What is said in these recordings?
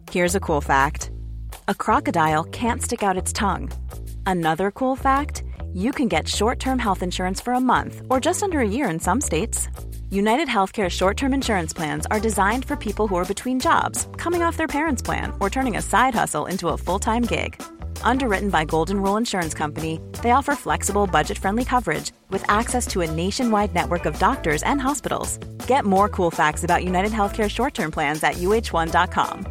Here's a cool fact. A crocodile can't stick out its tongue. Another cool fact, you can get short-term health insurance for a month or just under a year in some states. United Healthcare short-term insurance plans are designed for people who are between jobs, coming off their parents' plan, or turning a side hustle into a full-time gig. Underwritten by Golden Rule Insurance Company, they offer flexible, budget-friendly coverage with access to a nationwide network of doctors and hospitals. Get more cool facts about United Healthcare short-term plans at uh1.com.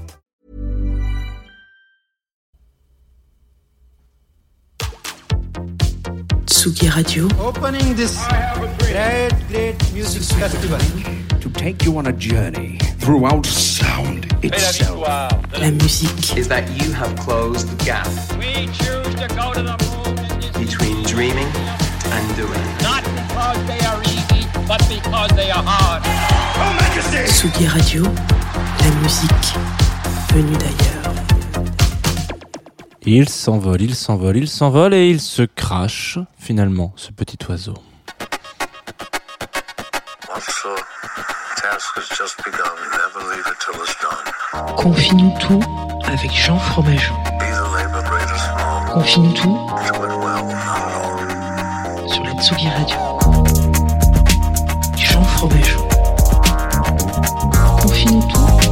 Tsugi Radio. Opening this great music festival. To take you on a journey throughout sound itself. La musique. Is that you have closed the gap. We choose to go to the moon between dreaming and doing. Not because they are easy, but because they are hard. Oh, Majesty! Tsugi Radio. La musique venue d'ailleurs. Il s'envole et il se crache, finalement, ce petit oiseau. Confie-nous tout avec Jean Fromageau. Confie-nous tout sur la Tsugi Radio. Jean Fromageau. Confie-nous tout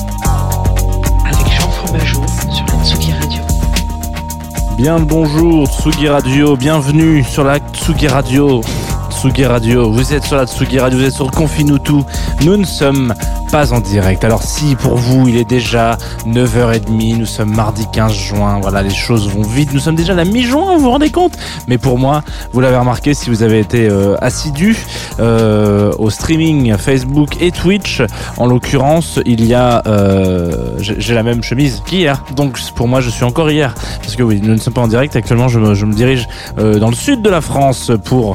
avec Jean Fromageau sur la Tsugi Radio. Bien le bonjour Tsugi Radio, bienvenue sur la Tsugi Radio. Tsugi Radio, vous êtes sur la Tsugi Radio, vous êtes sur Confie-nous tout. Nous ne sommes pas en direct. Alors si pour vous il est déjà 9h30, nous sommes mardi 15 juin, voilà, les choses vont vite, nous sommes déjà à la mi-juin, vous vous rendez compte ? Mais pour moi, vous l'avez remarqué si vous avez été assidu au streaming Facebook et Twitch, en l'occurrence il y a j'ai la même chemise qu'hier, donc pour moi je suis encore hier, parce que oui, nous ne sommes pas en direct actuellement, je me dirige dans le sud de la France pour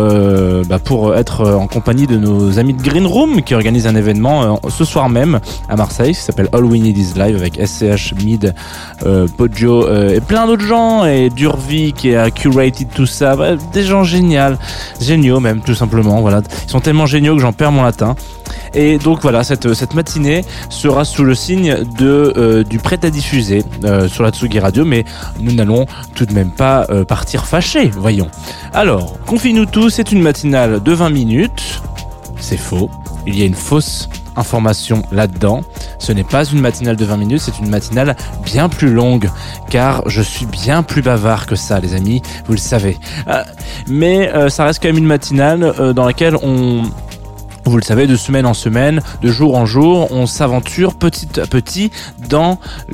être en compagnie de nos amis de Green Room qui organisent un événement ce soir même à Marseille qui s'appelle All We Need Is Live avec SCH, Mid, Poggio et plein d'autres gens, et Durvi qui a curated tout ça, des gens géniaux même tout simplement, voilà, ils sont tellement géniaux que j'en perds mon latin. Et donc voilà, cette matinée sera sous le signe du prêt à diffuser sur la Tsugi Radio, mais nous n'allons tout de même pas partir fâchés, voyons. Alors, Confie-nous tout, c'est une matinale de 20 minutes, c'est faux, il y a une fausse information là-dedans. Ce n'est pas une matinale de 20 minutes, c'est une matinale bien plus longue, car je suis bien plus bavard que ça, les amis, vous le savez. Mais ça reste quand même une matinale dans laquelle vous le savez, de semaine en semaine, de jour en jour, on s'aventure petit à petit dans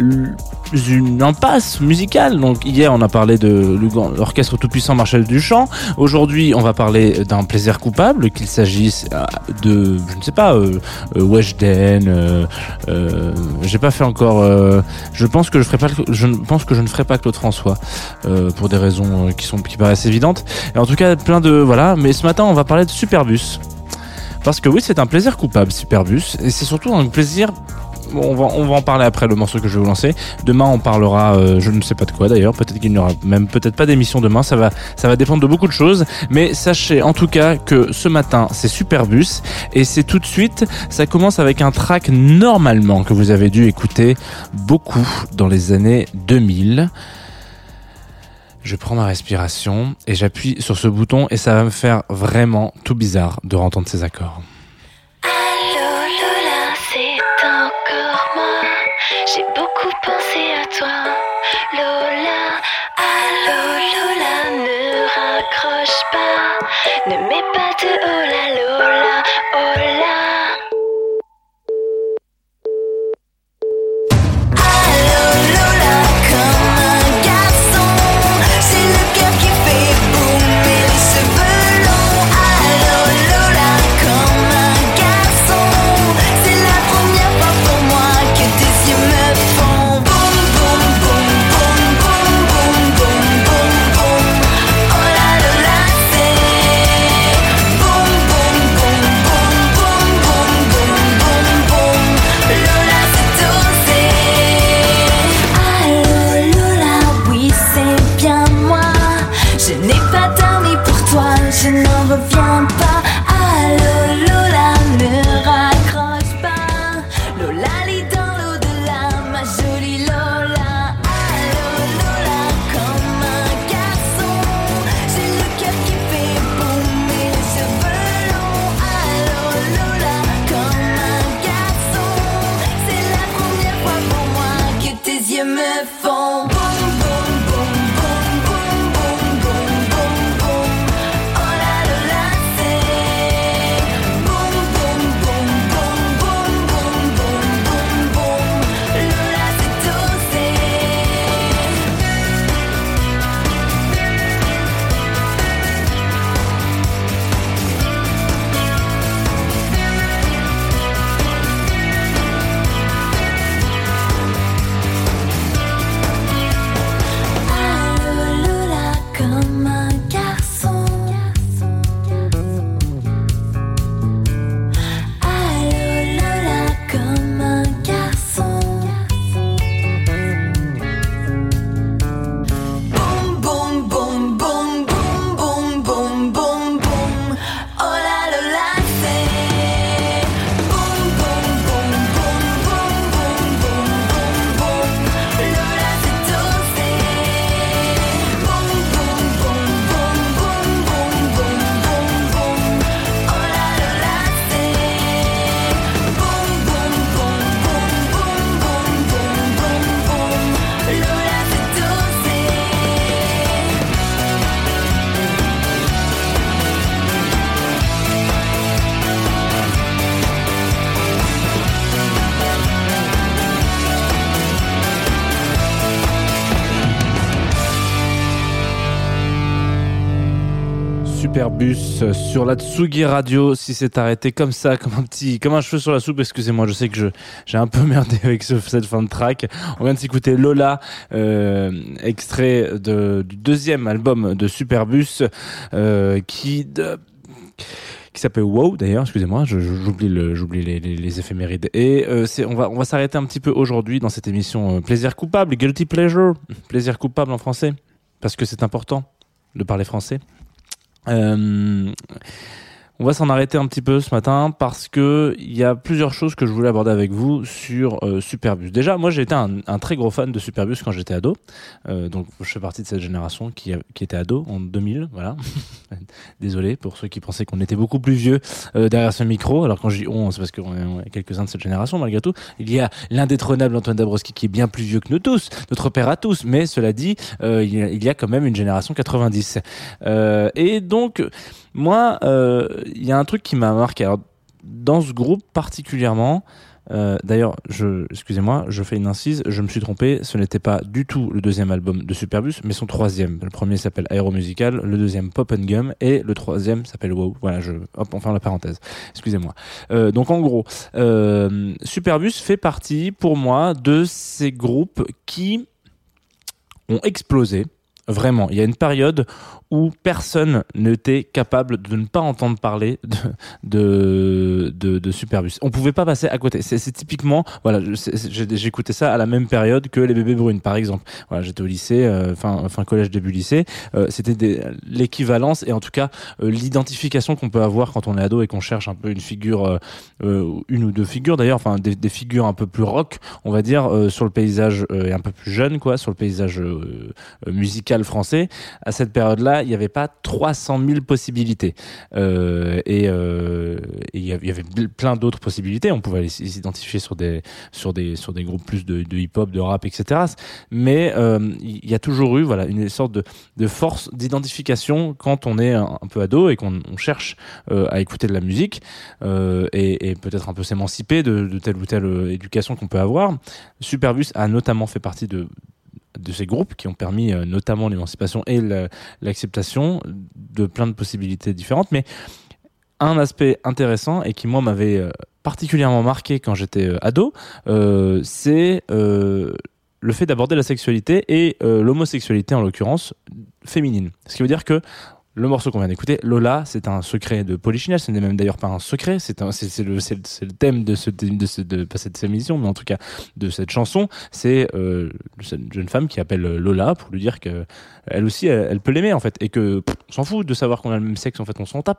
une impasse musicale. Donc hier on a parlé de l'orchestre tout-puissant Marcel Duchamp. Aujourd'hui on va parler d'un plaisir coupable, qu'il s'agisse de, je ne sais pas, Weshden. J'ai pas fait encore. Je pense que je ne ferai pas Claude François pour des raisons qui paraissent évidentes. Et en tout cas plein de voilà. Mais ce matin on va parler de Superbus. Parce que oui, c'est un plaisir coupable, Superbus, et c'est surtout un plaisir. On va en parler après le morceau que je vais vous lancer. Demain, on parlera, je ne sais pas de quoi d'ailleurs. Peut-être qu'il n'y aura même peut-être pas d'émission demain. Ça va dépendre de beaucoup de choses. Mais sachez en tout cas que ce matin, c'est Superbus, et c'est tout de suite. Ça commence avec un track normalement que vous avez dû écouter beaucoup dans les années 2000. Je prends ma respiration et j'appuie sur ce bouton et ça va me faire vraiment tout bizarre de entendre ces accords. Allô Lola, c'est encore moi. J'ai beaucoup pensé à toi, Lola. Allô Lola, ne raccroche pas. Ne mets pas de oh la Lola, oh la. me font boum boum boum boum boum boum boum boum boum. Oh la Lola c'est boum boum boum boum boum boum boum boum boum. Lola c'est tout Superbus sur la Tsugi Radio. Si c'est arrêté comme ça, comme un cheveu sur la soupe, excusez-moi, je sais que j'ai un peu merdé avec cette fin de track. On vient de s'écouter Lola, extrait du deuxième album de Superbus, qui s'appelle Wow d'ailleurs, excusez-moi, j'oublie les éphémérides. Et on va s'arrêter un petit peu aujourd'hui dans cette émission Plaisir coupable, Guilty Pleasure, plaisir coupable en français, parce que c'est important de parler français. On va s'en arrêter un petit peu ce matin parce que il y a plusieurs choses que je voulais aborder avec vous sur Superbus. Déjà, moi j'ai été un très gros fan de Superbus quand j'étais ado. Donc je fais partie de cette génération qui était ado en 2000, voilà. Désolé pour ceux qui pensaient qu'on était beaucoup plus vieux derrière ce micro. Alors quand je dis on, c'est parce qu'on est quelques-uns de cette génération malgré tout. Il y a l'indétrônable Antoine Dabrowski qui est bien plus vieux que nous tous, notre père à tous. Mais cela dit, il y a quand même une génération 90. Et donc moi, il y a un truc qui m'a marqué. Alors, dans ce groupe particulièrement, d'ailleurs, excusez-moi, je fais une incise, je me suis trompé, ce n'était pas du tout le deuxième album de Superbus, mais son troisième. Le premier s'appelle Aéromusical, le deuxième Pop and Gum, et le troisième s'appelle Wow. Voilà, on ferme la parenthèse. Excusez-moi. Donc en gros, Superbus fait partie, pour moi, de ces groupes qui ont explosé. Vraiment, il y a une période où personne n'était capable de ne pas entendre parler de Superbus. On pouvait pas passer à côté. C'est typiquement, voilà, j'écoutais ça à la même période que les Bébés Brunes, par exemple. Voilà, j'étais au lycée, fin collège, début lycée. C'était l'équivalence et en tout cas l'identification qu'on peut avoir quand on est ado et qu'on cherche un peu une figure, une ou deux figures d'ailleurs, enfin des figures un peu plus rock, on va dire, sur le paysage et un peu plus jeune, quoi, sur le paysage musical français. À cette période-là, il n'y avait pas 300 000 possibilités. Et il y avait plein d'autres possibilités. On pouvait aller s'identifier sur des groupes plus de hip-hop, de rap, etc. Mais il y a toujours eu, voilà, une sorte de force d'identification quand on est un peu ado et qu'on cherche à écouter de la musique et peut-être un peu s'émanciper de telle ou telle éducation qu'on peut avoir. Superbus a notamment fait partie de ces groupes qui ont permis notamment l'émancipation et l'acceptation de plein de possibilités différentes. Mais un aspect intéressant et qui, moi, m'avait particulièrement marqué quand j'étais ado, c'est le fait d'aborder la sexualité et l'homosexualité, en l'occurrence, féminine. Ce qui veut dire que le morceau qu'on vient d'écouter, Lola, c'est un secret de Polichinelle. Ce n'est même d'ailleurs pas un secret, c'est le thème de pas cette émission, mais en tout cas de cette chanson. C'est cette jeune femme qui appelle Lola pour lui dire que elle aussi, elle peut l'aimer en fait, et que on s'en fout de savoir qu'on a le même sexe. En fait, on s'en tape.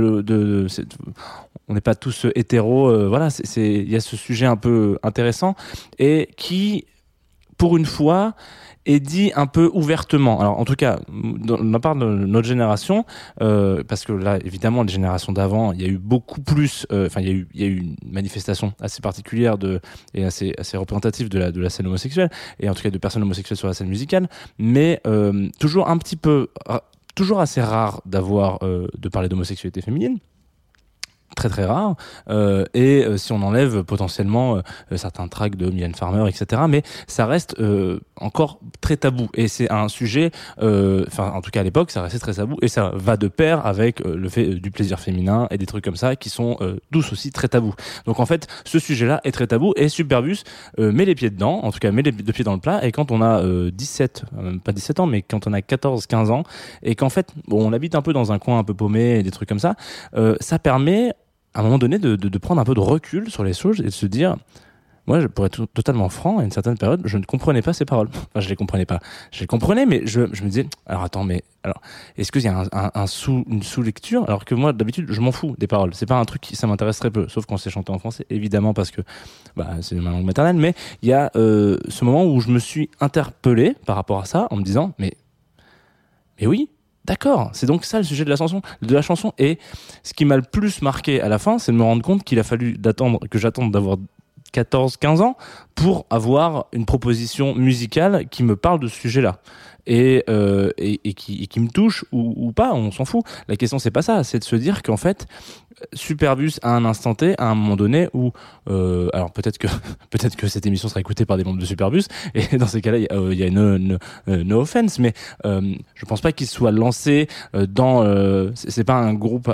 On n'est pas tous hétéros. Voilà, il y a ce sujet un peu intéressant et qui, pour une fois, est dit un peu ouvertement. Alors en tout cas, de la part de notre génération, parce que là, évidemment, les générations d'avant, il y a eu beaucoup plus, il y a eu une manifestation assez particulière et assez représentative de la scène homosexuelle, et en tout cas de personnes homosexuelles sur la scène musicale, mais toujours un petit peu, toujours assez rare de parler d'homosexualité féminine. Très très rare, et si on enlève potentiellement certains tracks de Mylène Farmer, etc., mais ça reste encore très tabou, et c'est un sujet, en tout cas à l'époque ça restait très tabou, et ça va de pair avec le fait du plaisir féminin et des trucs comme ça qui sont tous aussi très tabous. Donc en fait ce sujet-là est très tabou, et Superbus met les pieds dedans, en tout cas met les deux pieds dans le plat, et quand on a pas 17 ans, mais quand on a 14-15 ans, et qu'en fait on habite un peu dans un coin un peu paumé et des trucs comme ça, ça permet à un moment donné de prendre un peu de recul sur les choses et de se dire, moi pour être totalement franc, à une certaine période je ne comprenais pas ces paroles, enfin je les comprenais pas, je les comprenais, mais je me disais, alors attends, mais alors est-ce qu'il y a une sous-lecture, alors que moi d'habitude je m'en fous des paroles, c'est pas un truc qui ça m'intéresse très peu, sauf quand c'est chanté en français évidemment, parce que c'est ma langue maternelle, mais il y a ce moment où je me suis interpellé par rapport à ça en me disant, mais oui, d'accord, c'est donc ça le sujet de la chanson. Et ce qui m'a le plus marqué à la fin, c'est de me rendre compte qu'il a fallu que j'attende d'avoir 14-15 ans pour avoir une proposition musicale qui me parle de ce sujet-là. Et qui me touche ou pas, on s'en fout. La question c'est pas ça, c'est de se dire qu'en fait Superbus à un instant T, à un moment donné où alors peut-être que cette émission sera écoutée par des membres de Superbus, et dans ces cas-là il y a no offense, mais je pense pas qu'il soit lancé dans c'est pas un groupe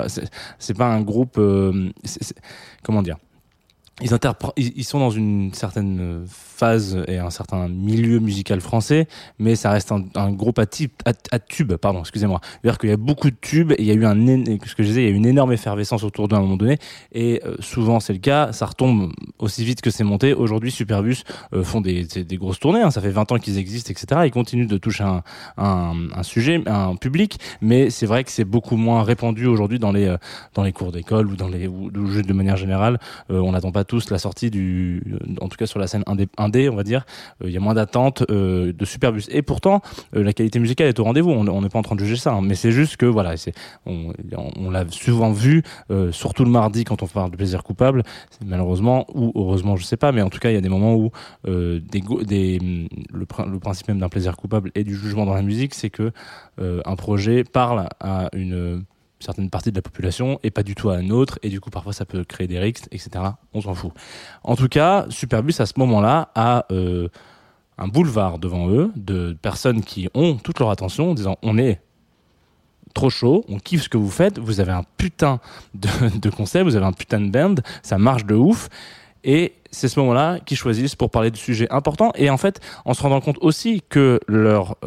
comment dire, ils sont dans une certaine phase et un certain milieu musical français, mais ça reste un groupe à tubes, pardon, excusez-moi. C'est-à-dire qu'il y a beaucoup de tubes, et il y a eu il y a une énorme effervescence autour d'eux à un moment donné, et souvent c'est le cas, ça retombe aussi vite que c'est monté. Aujourd'hui, Superbus font des grosses tournées, hein, ça fait 20 ans qu'ils existent, etc. Ils continuent de toucher un sujet, un public, mais c'est vrai que c'est beaucoup moins répandu aujourd'hui dans les cours d'école ou de manière générale. On n'attend pas tous la sortie en tout cas sur la scène indé, on va dire, il y a moins d'attente de Superbus, et pourtant la qualité musicale est au rendez-vous, on n'est pas en train de juger ça, hein, mais c'est juste que voilà, on l'a souvent vu, surtout le mardi quand on parle de plaisir coupable, malheureusement ou heureusement je sais pas, mais en tout cas il y a des moments où le principe même d'un plaisir coupable et du jugement dans la musique, c'est que un projet parle à une certaine partie de la population et pas du tout à un autre, et du coup parfois ça peut créer des rixes, etc. On s'en fout. En tout cas, Superbus à ce moment-là a un boulevard devant eux de personnes qui ont toute leur attention en disant, on est trop chaud, on kiffe ce que vous faites, vous avez un putain de concept, vous avez un putain de band, ça marche de ouf, et c'est ce moment-là qu'ils choisissent pour parler de sujets importants, et en fait en se rendant compte aussi que leur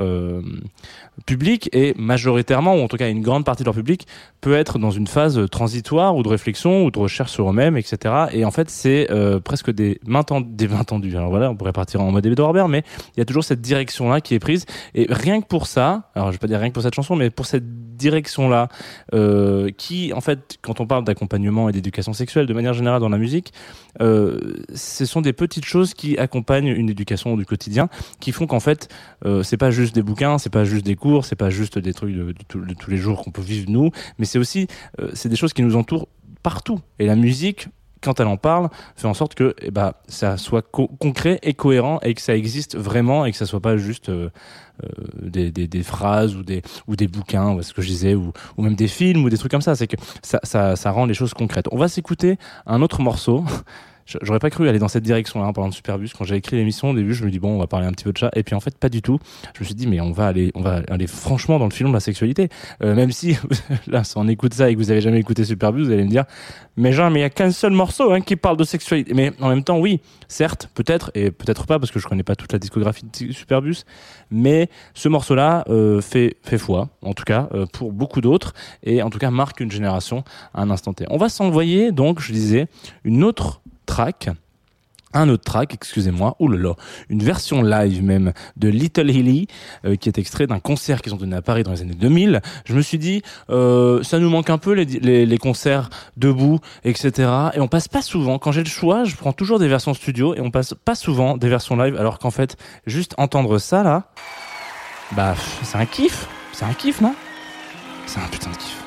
public est majoritairement, ou en tout cas une grande partie de leur public, peut être dans une phase transitoire ou de réflexion ou de recherche sur eux-mêmes, etc. Et en fait c'est presque des mains tendues. Alors voilà, on pourrait partir en mode Edouard Baird, mais il y a toujours cette direction-là qui est prise, et rien que pour ça, alors je vais pas dire rien que pour cette chanson, mais pour cette direction-là, qui en fait, quand on parle d'accompagnement et d'éducation sexuelle de manière générale dans la musique, ce sont des petites choses qui accompagnent une éducation du quotidien, qui font qu'en fait c'est pas juste des bouquins, c'est pas juste des cours, c'est pas juste des trucs de tous les jours qu'on peut vivre nous, mais c'est aussi c'est des choses qui nous entourent partout, et la musique, quand elle en parle, fait en sorte que ça soit concret et cohérent, et que ça existe vraiment, et que ça soit pas juste des phrases ou des bouquins, ou ce que je disais, ou même des films ou des trucs comme ça. C'est que ça rend les choses concrètes. On va s'écouter un autre morceau. J'aurais pas cru aller dans cette direction-là en parlant de Superbus. Quand j'ai écrit l'émission au début, je me dis bon, on va parler un petit peu de ça, et puis en fait pas du tout. Je me suis dit mais on va aller franchement dans le filon de la sexualité. Même si là, si on écoute ça et que vous avez jamais écouté Superbus, vous allez me dire mais Jean, mais il y a qu'un seul morceau qui parle de sexualité. Mais en même temps, oui, certes, peut-être et peut-être pas, parce que je connais pas toute la discographie de Superbus. Mais ce morceau-là fait foi, en tout cas pour beaucoup d'autres, et en tout cas marque une génération à un instant T. On va s'envoyer donc, je disais, une autre track un autre track, excusez-moi, oulala, une version live même de Little Hilly qui est extrait d'un concert qu'ils ont donné à Paris dans les années 2000. Je me suis dit, ça nous manque un peu les concerts debout, etc. Et on passe pas souvent, quand j'ai le choix, je prends toujours des versions studio et on passe pas souvent des versions live, alors qu'en fait, juste entendre ça là, bah c'est un kiff, non? C'est un putain de kiff.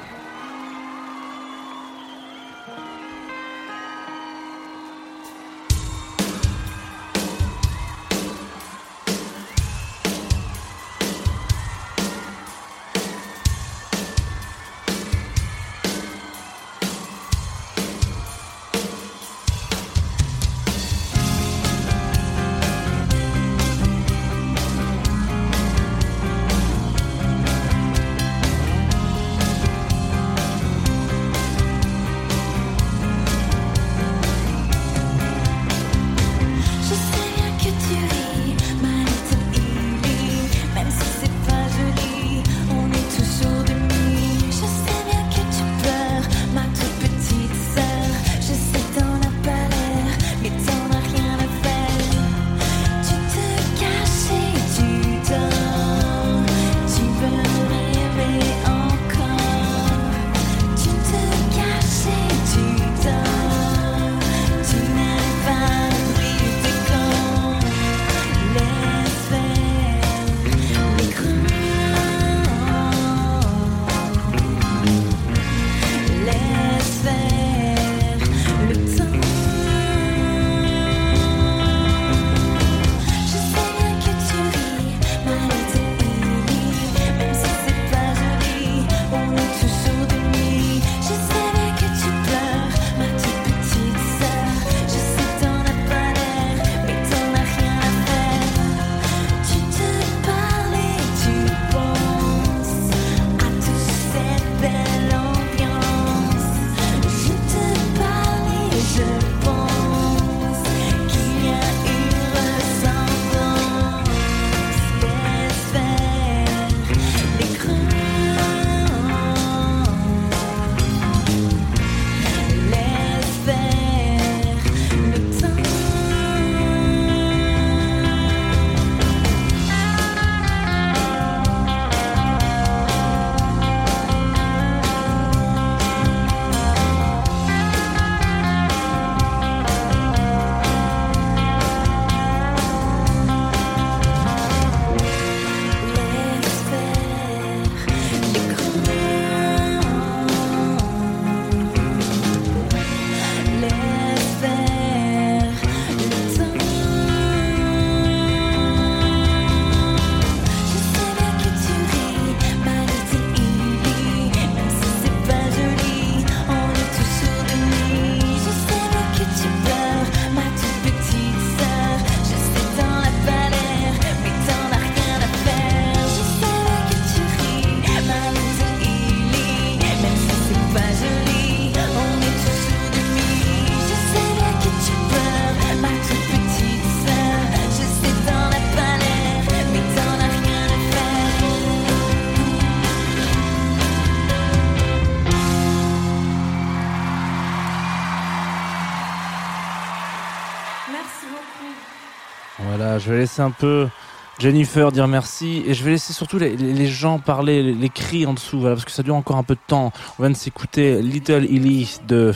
Voilà, je vais laisser un peu Jennifer dire merci et je vais laisser surtout les gens parler, les cris en dessous, voilà, parce que ça dure encore un peu de temps. On vient de s'écouter Little Hilly de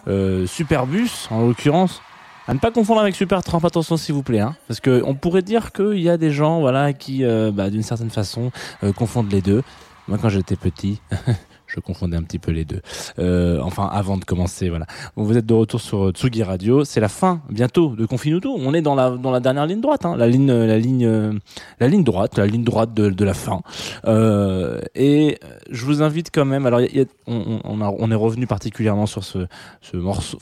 Superbus, en l'occurrence. À ne pas confondre avec Supertramp, attention s'il vous plaît, hein, parce que on pourrait dire qu'il y a des gens, voilà, qui, d'une certaine façon, confondent les deux. Moi, quand j'étais petit, je confondais un petit peu les deux. Enfin, avant de commencer, voilà. Bon, vous êtes de retour sur Tsugi Radio. C'est la fin, bientôt, de Confinuto. On est dans la dernière ligne droite, hein. La ligne droite de la fin. Et je vous invite quand même. Alors, on est revenu particulièrement sur ce morceau,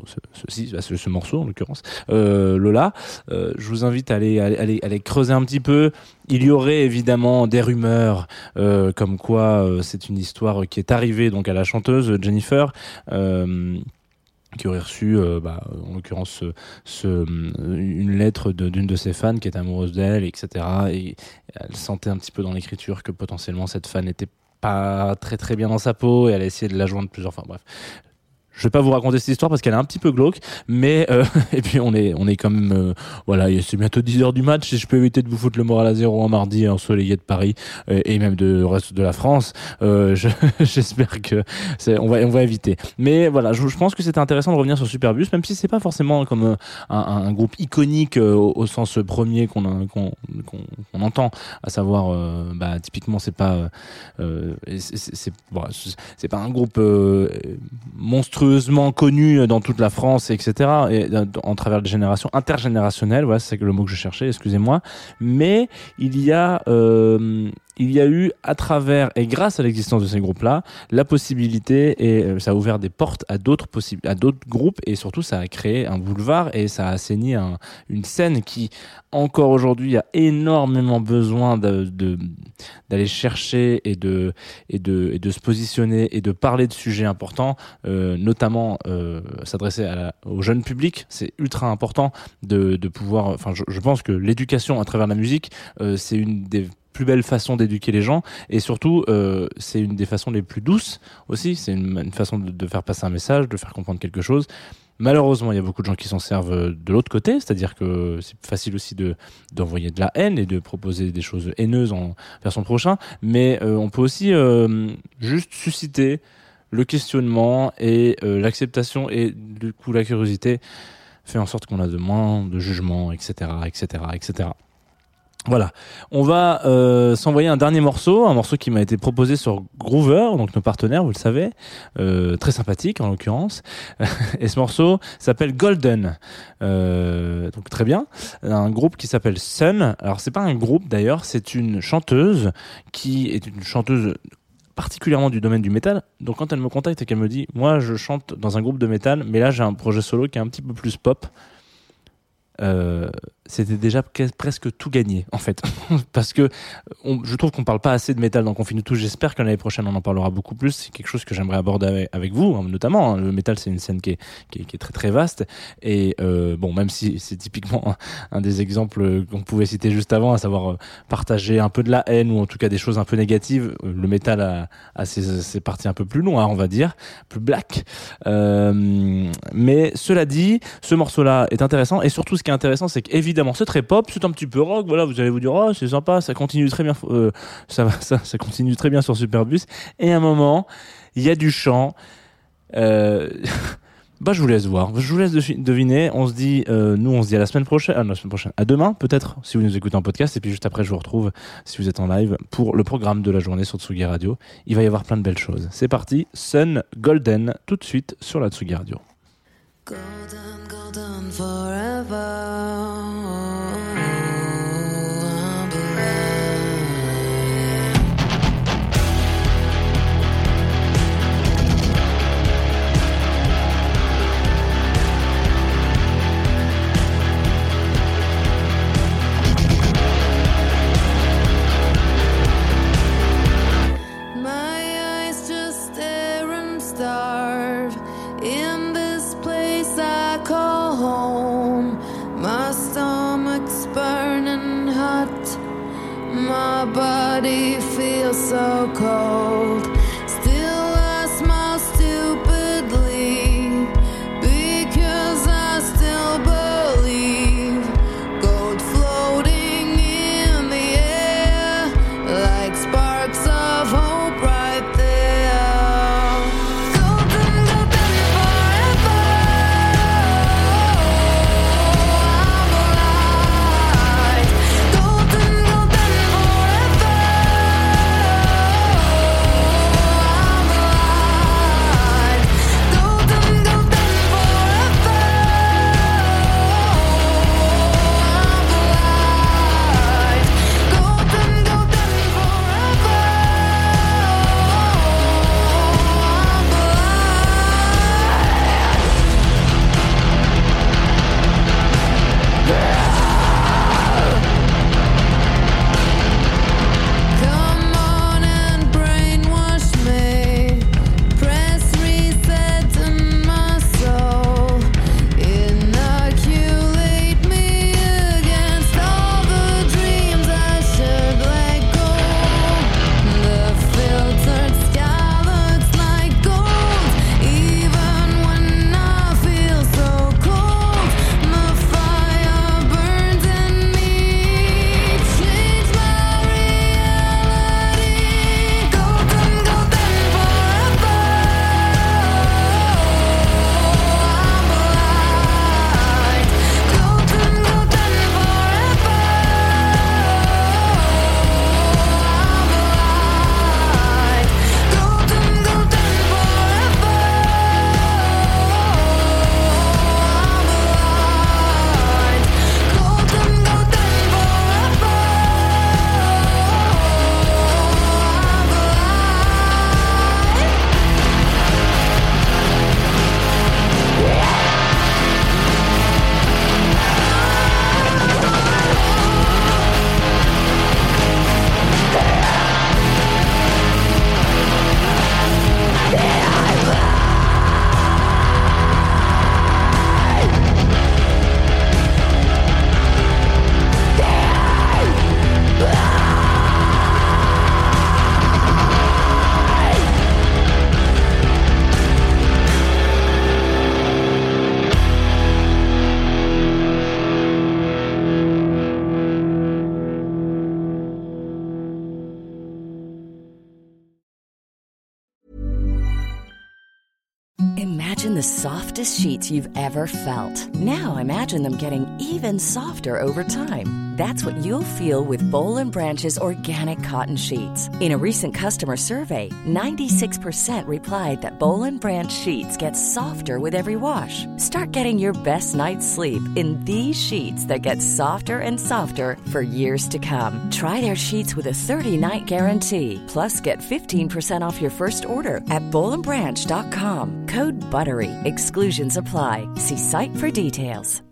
ce morceau en l'occurrence. Lola, je vous invite à aller creuser un petit peu. Il y aurait évidemment des rumeurs comme quoi c'est une histoire qui est arrivée donc à la chanteuse Jennifer qui aurait reçu en l'occurrence une lettre d'une de ses fans qui est amoureuse d'elle, etc. Et elle sentait un petit peu dans l'écriture que potentiellement cette fan n'était pas très très bien dans sa peau et elle a essayé de la joindre plusieurs fois. Bref. Je vais pas vous raconter cette histoire parce qu'elle est un petit peu glauque, mais et puis on est quand même voilà, c'est bientôt 10h du match. Si je peux éviter de vous foutre le moral à zéro un mardi ensoleillé de Paris et même de reste de la France, j'espère que on va éviter. Mais voilà, je pense que c'était intéressant de revenir sur Superbus, même si c'est pas forcément comme un groupe iconique au sens premier qu'on entend, à savoir typiquement c'est pas c'est pas un groupe monstrueusement connu dans toute la France, etc. Et en travers des générations intergénérationnelles, voilà, c'est le mot que je cherchais, excusez-moi. Mais il y a eu, à travers et grâce à l'existence de ces groupes-là, la possibilité, et ça a ouvert des portes à d'autres groupes, et surtout ça a créé un boulevard et ça a assaini une scène qui, encore aujourd'hui, a énormément besoin d'aller chercher et de se positionner et de parler de sujets importants, notamment s'adresser au jeune public. C'est ultra important de pouvoir. Enfin, je pense que l'éducation à travers la musique, c'est une des plus belle façon d'éduquer les gens, et surtout c'est une des façons les plus douces aussi. C'est une façon de faire passer un message, de faire comprendre quelque chose. Malheureusement, il y a beaucoup de gens qui s'en servent de l'autre côté, c'est-à-dire que c'est facile aussi d'envoyer de la haine et de proposer des choses haineuses vers son prochain, mais on peut aussi juste susciter le questionnement et l'acceptation, et du coup la curiosité fait en sorte qu'on a de moins de jugements, etc., etc., etc. Voilà, on va s'envoyer un dernier morceau, un morceau qui m'a été proposé sur Groover, donc nos partenaires, vous le savez, très sympathique en l'occurrence. Et ce morceau s'appelle Golden, donc très bien. Un groupe qui s'appelle Sun. Alors c'est pas un groupe d'ailleurs, c'est une chanteuse qui est une chanteuse particulièrement du domaine du métal. Donc quand elle me contacte et qu'elle me dit « Moi je chante dans un groupe de métal, mais là j'ai un projet solo qui est un petit peu plus pop », c'était déjà presque tout gagné en fait, parce que je trouve qu'on parle pas assez de métal dans Confine Tout. J'espère que l'année prochaine on en parlera beaucoup plus. C'est quelque chose que j'aimerais aborder avec vous, notamment. Le métal, c'est une scène qui est très très vaste, et même si c'est typiquement un des exemples qu'on pouvait citer juste avant, à savoir partager un peu de la haine ou en tout cas des choses un peu négatives, le métal a ses parties un peu plus noires, on va dire, plus black, mais cela dit, ce morceau là est intéressant, et surtout ce qui est intéressant, c'est qu'évidemment c'est très pop, c'est un petit peu rock, voilà, vous allez vous dire oh c'est sympa, ça continue très bien, ça continue très bien sur Superbus, et à un moment il y a du chant, je vous laisse voir, je vous laisse deviner. On se dit à la semaine prochaine, à demain peut-être si vous nous écoutez en podcast, et puis juste après je vous retrouve si vous êtes en live pour le programme de la journée sur Tsugi Radio. Il va y avoir plein de belles choses. C'est parti, Sun Golden tout de suite sur la Tsugi Radio. Golden, golden forever. My body feels so cold. Still I smile stupidly because I still believe. Gold floating in the air like sparks of hope right there. Golden, golden forever. I'm alive. Golden, golden forever. Imagine the softest sheets you've ever felt. Now imagine them getting even softer over time. That's what you'll feel with Boll & Branch's organic cotton sheets. In a recent customer survey, 96% replied that Boll & Branch sheets get softer with every wash. Start getting your best night's sleep in these sheets that get softer and softer for years to come. Try their sheets with a 30-night guarantee. Plus, get 15% off your first order at bollandbranch.com. Code BUTTERY. Exclusions apply. See site for details.